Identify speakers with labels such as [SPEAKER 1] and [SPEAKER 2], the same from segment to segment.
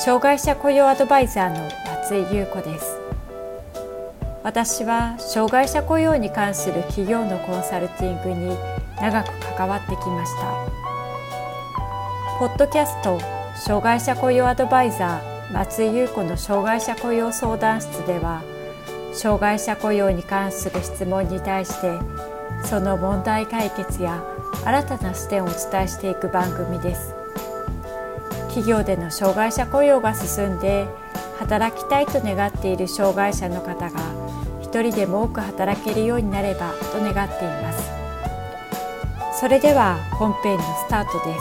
[SPEAKER 1] 障害者雇用アドバイザーの松井優子です。私は障害者雇用に関する企業のコンサルティングに長く関わってきました。ポッドキャスト障害者雇用アドバイザー松井優子の障害者雇用相談室では、障害者雇用に関する質問に対してその問題解決や新たな視点をお伝えしていく番組です。企業での障害者雇用が進んで働きたいと願っている障害者の方が一人でも多く働けるようになればと願っています。それでは本編のスタートです。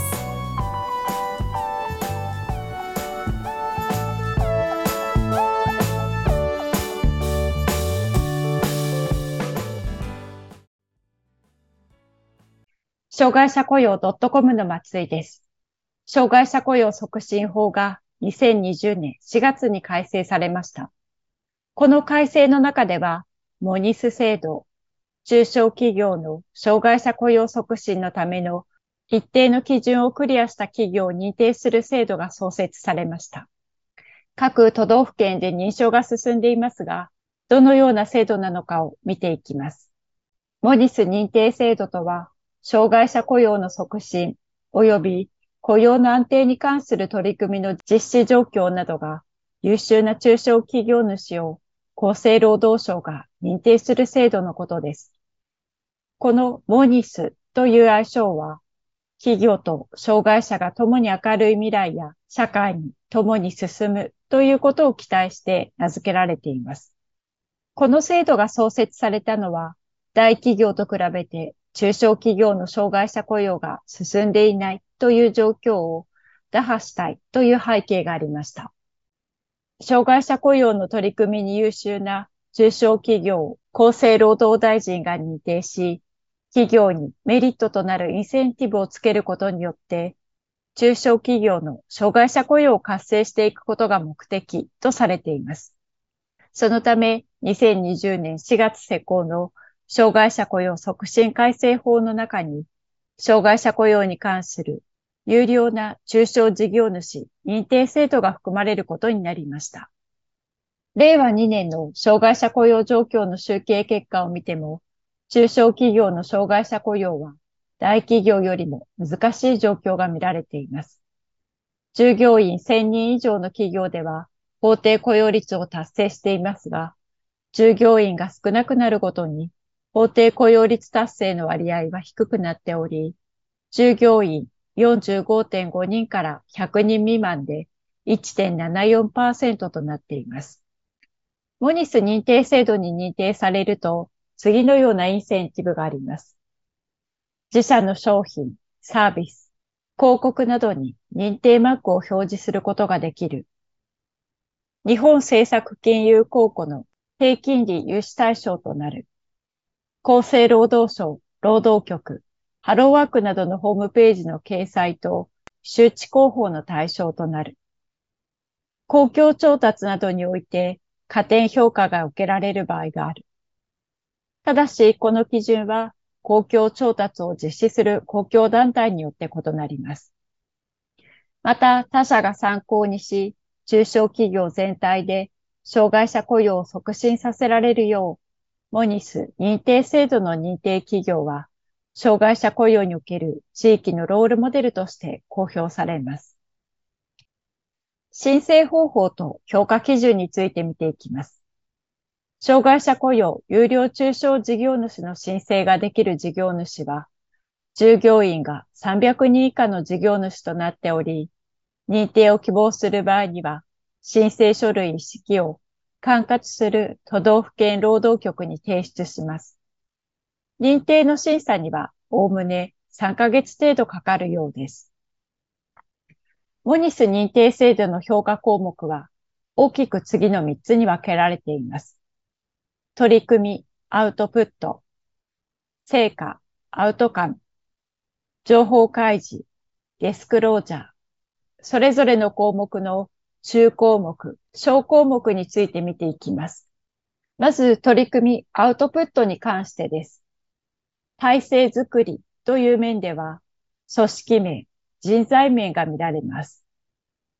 [SPEAKER 1] 障害者雇用 .com の松井です。障害者雇用促進法が2020年4月に改正されました。この改正の中では、モニス制度、中小企業の障害者雇用促進のための一定の基準をクリアした企業を認定する制度が創設されました。各都道府県で認証が進んでいますが、どのような制度なのかを見ていきます。モニス認定制度とは、障害者雇用の促進及び雇用の安定に関する取り組みの実施状況などが優秀な中小企業主を厚生労働省が認定する制度のことです。このモニスという愛称は、企業と障害者が共に明るい未来や社会に共に進むということを期待して名付けられています。この制度が創設されたのは、大企業と比べて中小企業の障害者雇用が進んでいないという状況を打破したいという背景がありました。障害者雇用の取り組みに優秀な中小企業を厚生労働大臣が認定し、企業にメリットとなるインセンティブをつけることによって、中小企業の障害者雇用を活性していくことが目的とされています。そのため、2020年4月施行の障害者雇用促進改正法の中に、障害者雇用に関する有料な中小事業主認定制度が含まれることになりました。令和2年の障害者雇用状況の集計結果を見ても、中小企業の障害者雇用は大企業よりも難しい状況が見られています。従業員1000人以上の企業では法定雇用率を達成していますが、従業員が少なくなるごとに法定雇用率達成の割合は低くなっており、従業員 45.5 人から100人未満で 1.74% となっています。モニス認定制度に認定されると、次のようなインセンティブがあります。自社の商品、サービス、広告などに認定マークを表示することができる。日本政策金融公庫の低金利融資対象となる。厚生労働省、労働局、ハローワークなどのホームページの掲載と周知広報の対象となる。公共調達などにおいて加点評価が受けられる場合がある。ただし、この基準は公共調達を実施する公共団体によって異なります。また、他社が参考にし、中小企業全体で障害者雇用を促進させられるよう、モニス認定制度の認定企業は、障害者雇用における地域のロールモデルとして公表されます。申請方法と評価基準について見ていきます。障害者雇用有料中小事業主の申請ができる事業主は、従業員が300人以下の事業主となっており、認定を希望する場合には、申請書類一式を管轄する都道府県労働局に提出します。認定の審査には、おおむね3ヶ月程度かかるようです。モニス認定制度の評価項目は、大きく次の3つに分けられています。取り組み、アウトプット、成果、アウトカム、情報開示、ディスクロージャー、それぞれの項目の中項目、小項目について見ていきます。まず、取り組み、アウトプットに関してです。体制づくりという面では、組織面、人材面が見られます。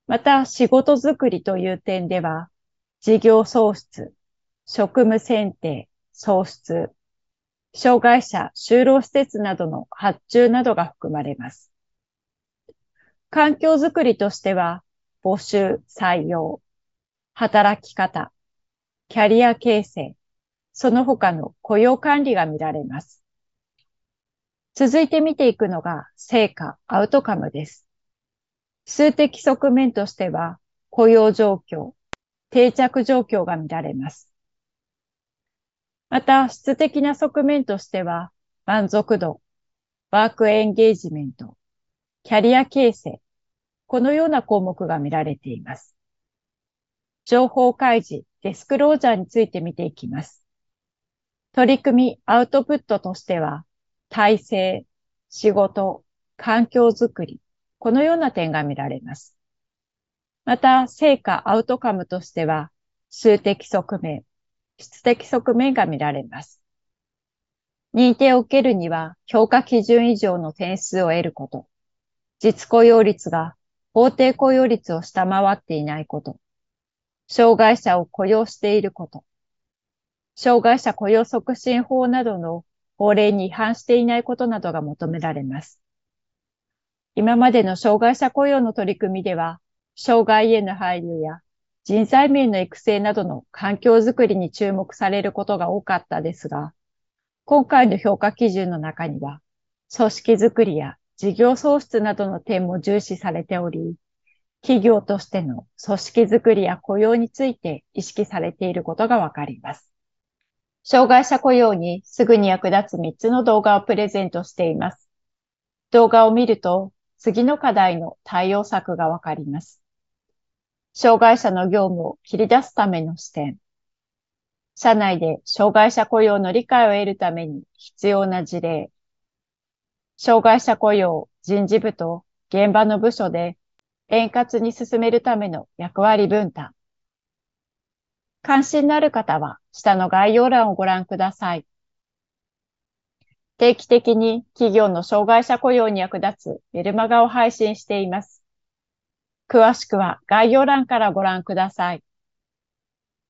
[SPEAKER 1] また、仕事づくりという点では、事業創出、職務選定、創出、障害者就労施設などの発注などが含まれます。環境づくりとしては、募集、採用、働き方、キャリア形成、その他の雇用管理が見られます。続いて見ていくのが成果、アウトカムです。数的側面としては、雇用状況、定着状況が見られます。また、質的な側面としては、満足度、ワークエンゲージメント、キャリア形成、このような項目が見られています。情報開示、ディスクロージャーについて見ていきます。取り組み、アウトプットとしては、体制、仕事、環境づくり、このような点が見られます。また、成果、アウトカムとしては、数的側面、質的側面が見られます。認定を受けるには、評価基準以上の点数を得ること、実雇用率が法定雇用率を下回っていないこと、障害者を雇用していること、障害者雇用促進法などの法令に違反していないことなどが求められます。今までの障害者雇用の取り組みでは、障害への配慮や人材面の育成などの環境づくりに注目されることが多かったですが、今回の評価基準の中には、組織づくりや事業創出などの点も重視されており、企業としての組織づくりや雇用について意識されていることがわかります。障害者雇用にすぐに役立つ3つの動画をプレゼントしています。動画を見ると、次の課題の対応策がわかります。障害者の業務を切り出すための視点。社内で障害者雇用の理解を得るために必要な事例。障害者雇用人事部と現場の部署で円滑に進めるための役割分担。関心のある方は下の概要欄をご覧ください。定期的に企業の障害者雇用に役立つメルマガを配信しています。詳しくは概要欄からご覧ください。